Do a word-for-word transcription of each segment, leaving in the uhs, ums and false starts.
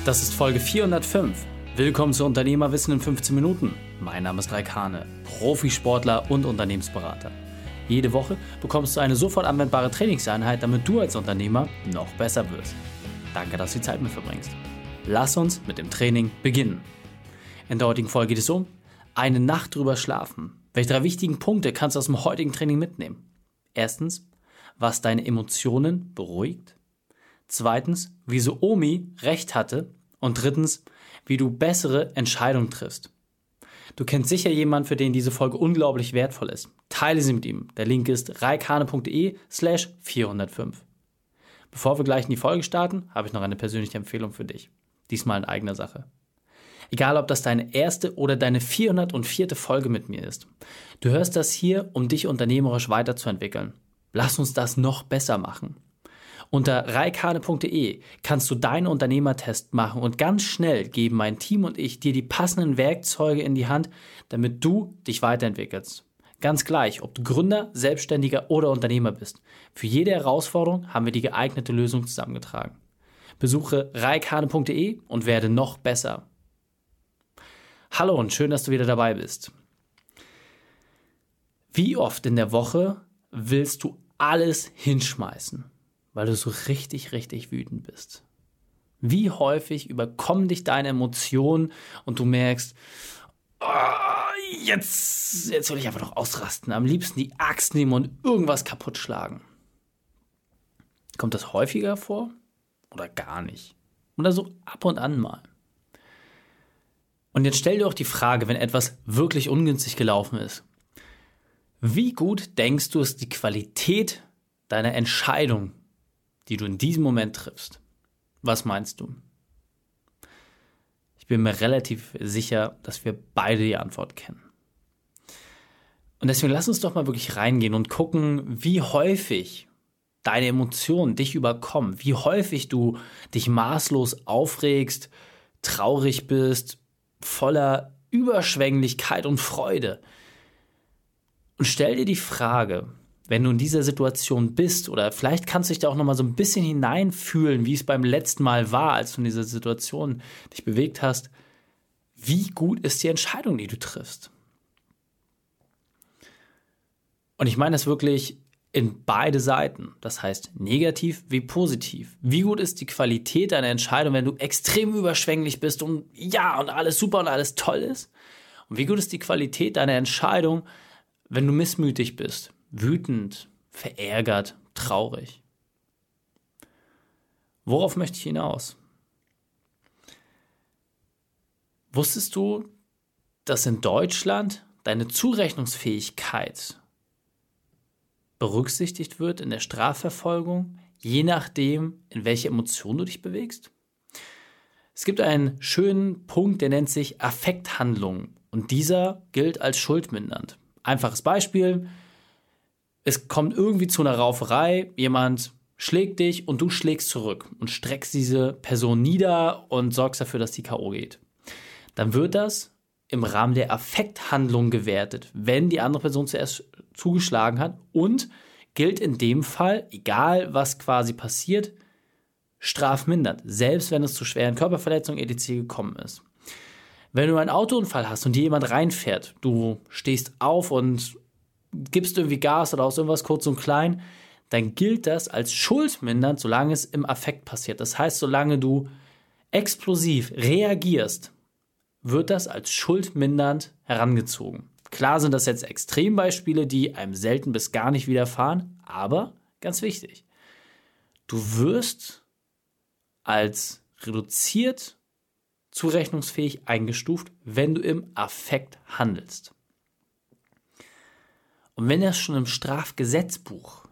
Das ist Folge vierhundertfünf. Willkommen zu Unternehmerwissen in fünfzehn Minuten. Mein Name ist Raik Hane, Profisportler und Unternehmensberater. Jede Woche bekommst du eine sofort anwendbare Trainingseinheit, damit du als Unternehmer noch besser wirst. Danke, dass du die Zeit mit verbringst. Lass uns mit dem Training beginnen. In der heutigen Folge geht es um eine Nacht drüber schlafen. Welche drei wichtigen Punkte kannst du aus dem heutigen Training mitnehmen? Erstens, was deine Emotionen beruhigt. Zweitens, wieso Omi recht hatte. Und drittens, wie du bessere Entscheidungen triffst. Du kennst sicher jemanden, für den diese Folge unglaublich wertvoll ist. Teile sie mit ihm. Der Link ist reikhane.de slash vierhundertfünf. Bevor wir gleich in die Folge starten, habe ich noch eine persönliche Empfehlung für dich. Diesmal in eigener Sache. Egal, ob das deine erste oder deine vierhundertvierte Folge mit mir ist. Du hörst das hier, um dich unternehmerisch weiterzuentwickeln. Lass uns das noch besser machen. Unter reikhane.de kannst du deinen Unternehmertest machen und ganz schnell geben mein Team und ich dir die passenden Werkzeuge in die Hand, damit du dich weiterentwickelst. Ganz gleich, ob du Gründer, Selbstständiger oder Unternehmer bist. Für jede Herausforderung haben wir die geeignete Lösung zusammengetragen. Besuche reikhane.de und werde noch besser. Hallo und schön, dass du wieder dabei bist. Wie oft in der Woche willst du alles hinschmeißen, weil du so richtig, richtig wütend bist? Wie häufig überkommen dich deine Emotionen und du merkst, oh, jetzt, jetzt will ich einfach noch ausrasten, am liebsten die Axt nehmen und irgendwas kaputt schlagen. Kommt das häufiger vor oder gar nicht? Oder so ab und an mal? Und jetzt stell dir auch die Frage, wenn etwas wirklich ungünstig gelaufen ist. Wie gut denkst du, ist die Qualität deiner Entscheidung, die du in diesem Moment triffst? Was meinst du? Ich bin mir relativ sicher, dass wir beide die Antwort kennen. Und deswegen lass uns doch mal wirklich reingehen und gucken, wie häufig deine Emotionen dich überkommen, wie häufig du dich maßlos aufregst, traurig bist, voller Überschwänglichkeit und Freude. Und stell dir die Frage, wenn du in dieser Situation bist, oder vielleicht kannst du dich da auch nochmal so ein bisschen hineinfühlen, wie es beim letzten Mal war, als du in dieser Situation dich bewegt hast, wie gut ist die Entscheidung, die du triffst? Und ich meine das wirklich in beide Seiten, das heißt negativ wie positiv. Wie gut ist die Qualität deiner Entscheidung, wenn du extrem überschwänglich bist und ja, und alles super und alles toll ist? Und wie gut ist die Qualität deiner Entscheidung, wenn du missmütig bist, wütend, verärgert, traurig? Worauf möchte ich hinaus? Wusstest du, dass in Deutschland deine Zurechnungsfähigkeit berücksichtigt wird in der Strafverfolgung, je nachdem, in welche Emotion du dich bewegst? Es gibt einen schönen Punkt, der nennt sich Affekthandlung, und dieser gilt als schuldmindernd. Einfaches Beispiel: Es kommt irgendwie zu einer Rauferei, jemand schlägt dich und du schlägst zurück und streckst diese Person nieder und sorgst dafür, dass die K O geht. Dann wird das im Rahmen der Affekthandlung gewertet, wenn die andere Person zuerst zugeschlagen hat, und gilt in dem Fall, egal was quasi passiert, strafmindernd, selbst wenn es zu schweren Körperverletzungen et cetera gekommen ist. Wenn du einen Autounfall hast und dir jemand reinfährt, du stehst auf und gibst irgendwie Gas oder aus irgendwas kurz und klein, dann gilt das als schuldmindernd, solange es im Affekt passiert. Das heißt, solange du explosiv reagierst, wird das als schuldmindernd herangezogen. Klar sind das jetzt Extrembeispiele, die einem selten bis gar nicht widerfahren, aber ganz wichtig, du wirst als reduziert zurechnungsfähig eingestuft, wenn du im Affekt handelst. Und wenn das schon im Strafgesetzbuch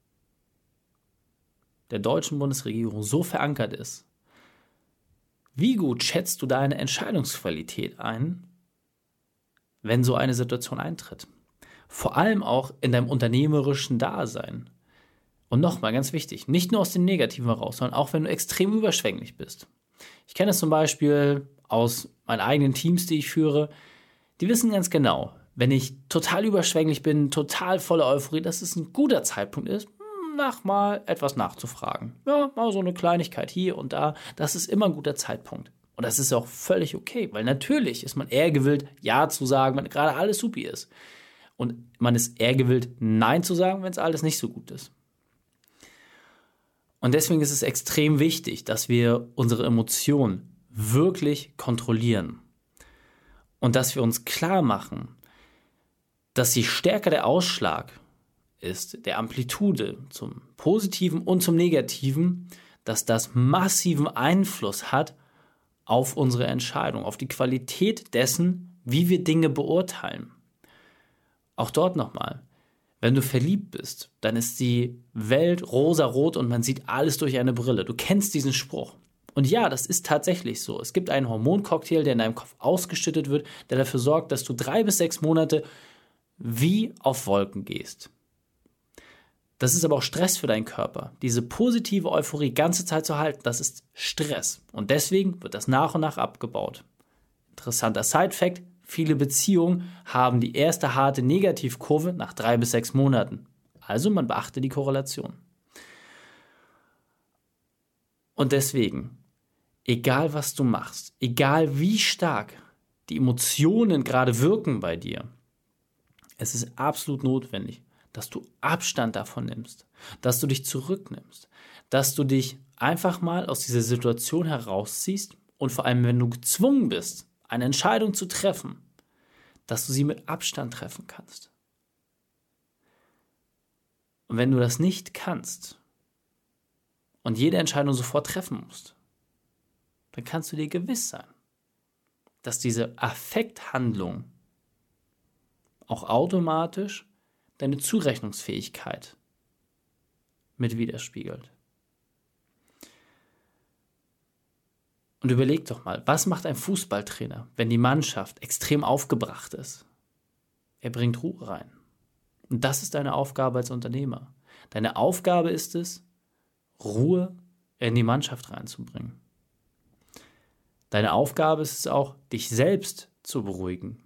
der deutschen Bundesregierung so verankert ist, wie gut schätzt du deine Entscheidungsqualität ein, wenn so eine Situation eintritt? Vor allem auch in deinem unternehmerischen Dasein. Und nochmal ganz wichtig, nicht nur aus dem Negativen heraus, sondern auch wenn du extrem überschwänglich bist. Ich kenne es zum Beispiel aus meinen eigenen Teams, die ich führe. Die wissen ganz genau, wenn ich total überschwänglich bin, total voller Euphorie, dass es ein guter Zeitpunkt ist, nach mal etwas nachzufragen. Ja, mal so eine Kleinigkeit hier und da. Das ist immer ein guter Zeitpunkt. Und das ist auch völlig okay, weil natürlich ist man eher gewillt, Ja zu sagen, wenn gerade alles supi ist. Und man ist eher gewillt, Nein zu sagen, wenn es alles nicht so gut ist. Und deswegen ist es extrem wichtig, dass wir unsere Emotionen wirklich kontrollieren. Und dass wir uns klar machen, dass je stärker der Ausschlag ist, der Amplitude zum Positiven und zum Negativen, dass das massiven Einfluss hat auf unsere Entscheidung, auf die Qualität dessen, wie wir Dinge beurteilen. Auch dort nochmal, wenn du verliebt bist, dann ist die Welt rosarot und man sieht alles durch eine Brille. Du kennst diesen Spruch. Und ja, das ist tatsächlich so. Es gibt einen Hormoncocktail, der in deinem Kopf ausgeschüttet wird, der dafür sorgt, dass du drei bis sechs Monate wie auf Wolken gehst. Das ist aber auch Stress für deinen Körper. Diese positive Euphorie die ganze Zeit zu halten, das ist Stress. Und deswegen wird das nach und nach abgebaut. Interessanter Side-Fact, viele Beziehungen haben die erste harte Negativkurve nach drei bis sechs Monaten. Also man beachte die Korrelation. Und deswegen, egal was du machst, egal wie stark die Emotionen gerade wirken bei dir, es ist absolut notwendig, dass du Abstand davon nimmst, dass du dich zurücknimmst, dass du dich einfach mal aus dieser Situation herausziehst und vor allem, wenn du gezwungen bist, eine Entscheidung zu treffen, dass du sie mit Abstand treffen kannst. Und wenn du das nicht kannst und jede Entscheidung sofort treffen musst, dann kannst du dir gewiss sein, dass diese Affekthandlung auch automatisch deine Zurechnungsfähigkeit mit widerspiegelt. Und überleg doch mal, was macht ein Fußballtrainer, wenn die Mannschaft extrem aufgebracht ist? Er bringt Ruhe rein. Und das ist deine Aufgabe als Unternehmer. Deine Aufgabe ist es, Ruhe in die Mannschaft reinzubringen. Deine Aufgabe ist es auch, dich selbst zu beruhigen.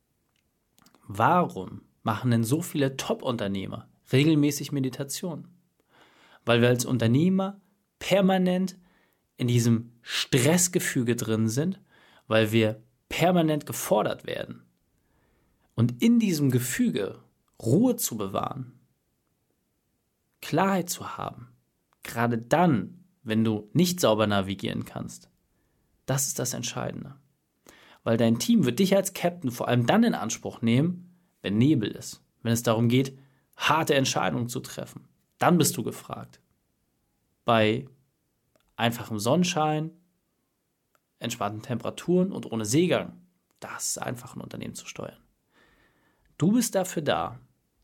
Warum machen denn so viele Top-Unternehmer regelmäßig Meditation? Weil wir als Unternehmer permanent in diesem Stressgefüge drin sind, weil wir permanent gefordert werden. Und in diesem Gefüge Ruhe zu bewahren, Klarheit zu haben, gerade dann, wenn du nicht sauber navigieren kannst, das ist das Entscheidende. Weil dein Team wird dich als Captain vor allem dann in Anspruch nehmen, wenn Nebel ist, wenn es darum geht, harte Entscheidungen zu treffen. Dann bist du gefragt. Bei einfachem Sonnenschein, entspannten Temperaturen und ohne Seegang, das ist einfach ein Unternehmen zu steuern. Du bist dafür da,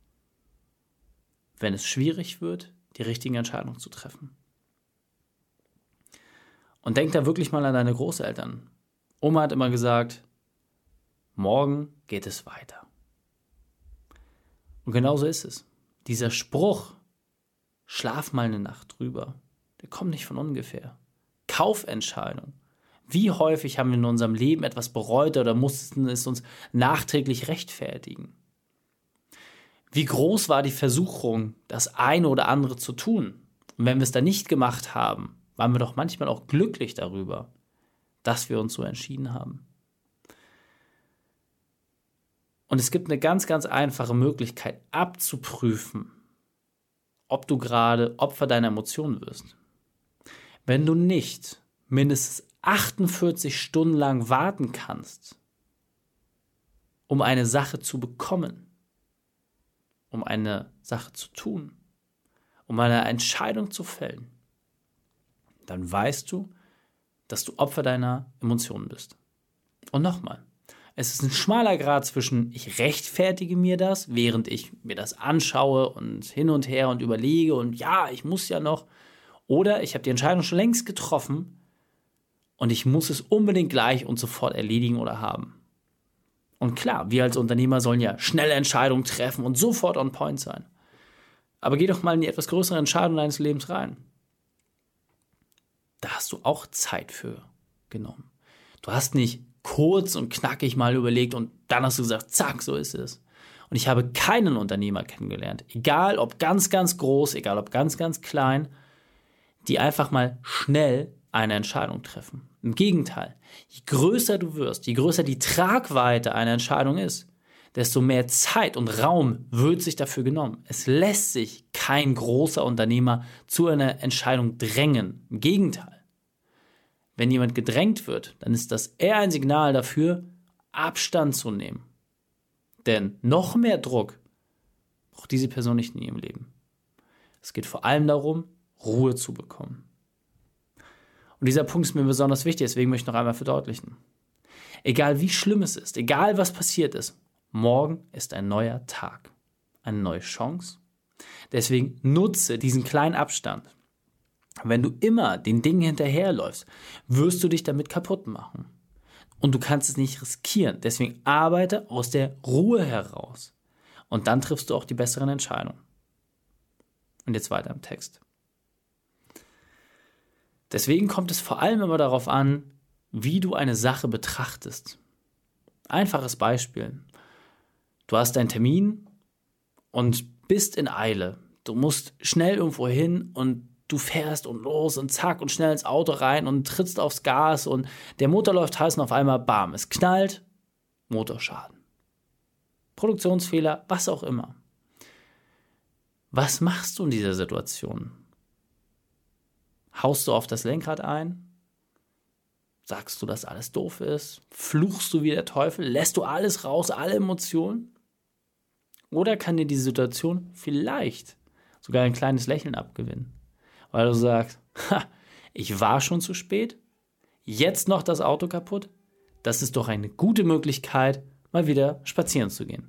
wenn es schwierig wird, die richtigen Entscheidungen zu treffen. Und denk da wirklich mal an deine Großeltern. Oma hat immer gesagt, morgen geht es weiter. Und genauso ist es. Dieser Spruch, schlaf mal eine Nacht drüber, der kommt nicht von ungefähr. Kaufentscheidung. Wie häufig haben wir in unserem Leben etwas bereut oder mussten es uns nachträglich rechtfertigen? Wie groß war die Versuchung, das eine oder andere zu tun? Und wenn wir es dann nicht gemacht haben, waren wir doch manchmal auch glücklich darüber, dass wir uns so entschieden haben. Und es gibt eine ganz, ganz einfache Möglichkeit abzuprüfen, ob du gerade Opfer deiner Emotionen wirst. Wenn du nicht mindestens achtundvierzig Stunden lang warten kannst, um eine Sache zu bekommen, um eine Sache zu tun, um eine Entscheidung zu fällen, dann weißt du, dass du Opfer deiner Emotionen bist. Und nochmal, es ist ein schmaler Grat zwischen, ich rechtfertige mir das, während ich mir das anschaue und hin und her und überlege und ja, ich muss ja noch, oder ich habe die Entscheidung schon längst getroffen und ich muss es unbedingt gleich und sofort erledigen oder haben. Und klar, wir als Unternehmer sollen ja schnelle Entscheidungen treffen und sofort on point sein. Aber geh doch mal in die etwas größere Entscheidung deines Lebens rein. Da hast du auch Zeit für genommen. Du hast nicht kurz und knackig mal überlegt und dann hast du gesagt, zack, so ist es. Und Und ich habe keinen Unternehmer kennengelernt, egal ob ganz, ganz groß, egal ob ganz, ganz klein, die einfach mal schnell eine Entscheidung treffen. Im Gegenteil, je größer du wirst, je größer die Tragweite einer Entscheidung ist, desto mehr Zeit und Raum wird sich dafür genommen. Es lässt sich kein großer Unternehmer zu einer Entscheidung drängen. Im Gegenteil. Wenn jemand gedrängt wird, dann ist das eher ein Signal dafür, Abstand zu nehmen. Denn noch mehr Druck braucht diese Person nicht in ihrem Leben. Es geht vor allem darum, Ruhe zu bekommen. Und dieser Punkt ist mir besonders wichtig, deswegen möchte ich noch einmal verdeutlichen. Egal wie schlimm es ist, egal was passiert ist, morgen ist ein neuer Tag, eine neue Chance. Deswegen nutze diesen kleinen Abstand. Wenn du immer den Dingen hinterherläufst, wirst du dich damit kaputt machen. Und du kannst es nicht riskieren. Deswegen arbeite aus der Ruhe heraus. Und dann triffst du auch die besseren Entscheidungen. Und jetzt weiter im Text. Deswegen kommt es vor allem immer darauf an, wie du eine Sache betrachtest. Einfaches Beispiel. Du hast einen Termin und bist in Eile. Du musst schnell irgendwo hin und du fährst und los und zack und schnell ins Auto rein und trittst aufs Gas und der Motor läuft heiß und auf einmal bam, es knallt, Motorschaden. Produktionsfehler, was auch immer. Was machst du in dieser Situation? Haust du auf das Lenkrad ein? Sagst du, dass alles doof ist? Fluchst du wie der Teufel? Lässt du alles raus, alle Emotionen? Oder kann dir die Situation vielleicht sogar ein kleines Lächeln abgewinnen? Weil du sagst, ha, ich war schon zu spät, jetzt noch das Auto kaputt? Das ist doch eine gute Möglichkeit, mal wieder spazieren zu gehen.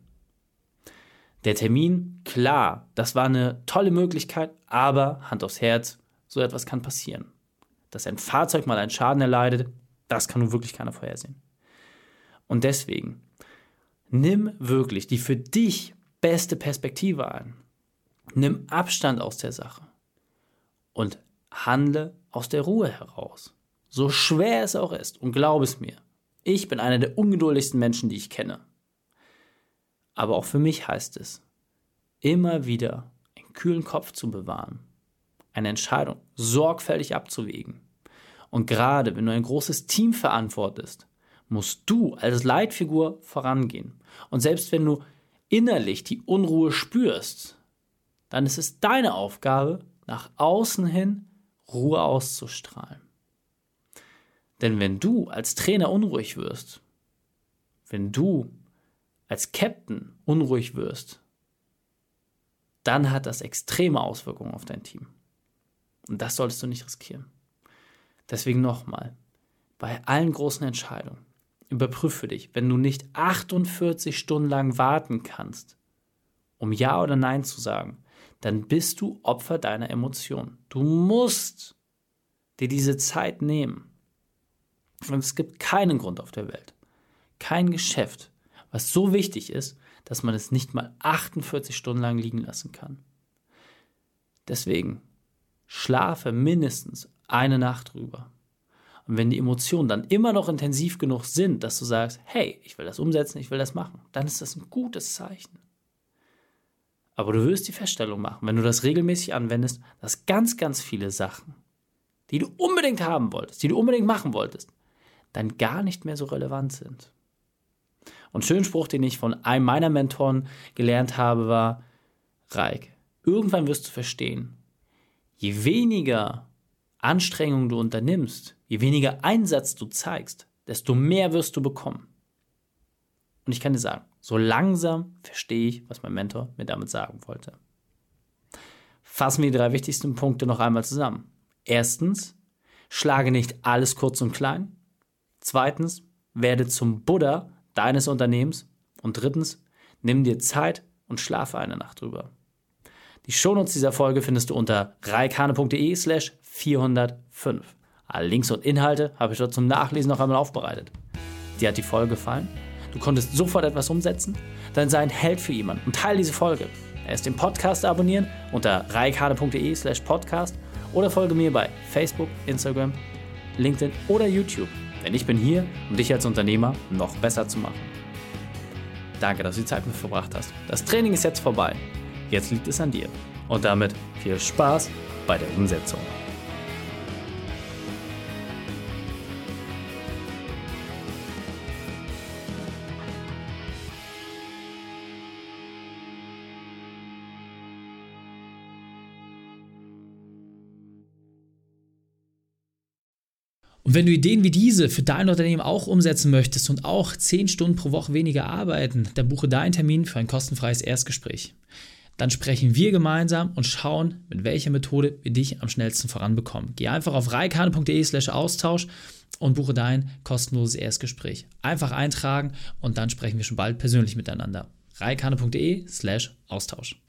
Der Termin, klar, das war eine tolle Möglichkeit, aber Hand aufs Herz, so etwas kann passieren. Dass ein Fahrzeug mal einen Schaden erleidet, das kann nun wirklich keiner vorhersehen. Und deswegen, nimm wirklich die für dich beste Perspektive ein. Nimm Abstand aus der Sache und handle aus der Ruhe heraus. So schwer es auch ist, und glaub es mir, ich bin einer der ungeduldigsten Menschen, die ich kenne. Aber auch für mich heißt es, immer wieder einen kühlen Kopf zu bewahren, eine Entscheidung sorgfältig abzuwägen. Und gerade wenn du ein großes Team verantwortest, musst du als Leitfigur vorangehen. Und selbst wenn du innerlich die Unruhe spürst, dann ist es deine Aufgabe, nach außen hin Ruhe auszustrahlen. Denn wenn du als Trainer unruhig wirst, wenn du als Captain unruhig wirst, dann hat das extreme Auswirkungen auf dein Team. Und das solltest du nicht riskieren. Deswegen nochmal, bei allen großen Entscheidungen, überprüfe dich, wenn du nicht achtundvierzig Stunden lang warten kannst, um Ja oder Nein zu sagen, dann bist du Opfer deiner Emotionen. Du musst dir diese Zeit nehmen. Und es gibt keinen Grund auf der Welt, kein Geschäft, was so wichtig ist, dass man es nicht mal achtundvierzig Stunden lang liegen lassen kann. Deswegen schlafe mindestens eine Nacht drüber. Und wenn die Emotionen dann immer noch intensiv genug sind, dass du sagst, hey, ich will das umsetzen, ich will das machen, dann ist das ein gutes Zeichen. Aber du wirst die Feststellung machen, wenn du das regelmäßig anwendest, dass ganz, ganz viele Sachen, die du unbedingt haben wolltest, die du unbedingt machen wolltest, dann gar nicht mehr so relevant sind. Und ein schöner Spruch, den ich von einem meiner Mentoren gelernt habe, war, Raik, irgendwann wirst du verstehen, je weniger Anstrengung du unternimmst, je weniger Einsatz du zeigst, desto mehr wirst du bekommen. Und ich kann dir sagen, so langsam verstehe ich, was mein Mentor mir damit sagen wollte. Fassen wir die drei wichtigsten Punkte noch einmal zusammen. Erstens, schlage nicht alles kurz und klein. Zweitens, werde zum Buddha deines Unternehmens. Und drittens, nimm dir Zeit und schlafe eine Nacht drüber. Die Shownotes dieser Folge findest du unter reikhane.de slash vierhundertfünf. Alle Links und Inhalte habe ich dort zum Nachlesen noch einmal aufbereitet. Dir hat die Folge gefallen? Du konntest sofort etwas umsetzen? Dann sei ein Held für jemanden und teile diese Folge. Erst den Podcast abonnieren unter reikhane.de slash podcast oder folge mir bei Facebook, Instagram, LinkedIn oder YouTube. Denn ich bin hier, um dich als Unternehmer noch besser zu machen. Danke, dass du die Zeit mit verbracht hast. Das Training ist jetzt vorbei. Jetzt liegt es an dir. Und damit viel Spaß bei der Umsetzung. Und wenn du Ideen wie diese für dein Unternehmen auch umsetzen möchtest und auch zehn Stunden pro Woche weniger arbeiten, dann buche deinen Termin für ein kostenfreies Erstgespräch. Dann sprechen wir gemeinsam und schauen, mit welcher Methode wir dich am schnellsten voranbekommen. Geh einfach auf reikane.de slash Austausch und buche dein kostenloses Erstgespräch. Einfach eintragen und dann sprechen wir schon bald persönlich miteinander. reikane.de slash Austausch.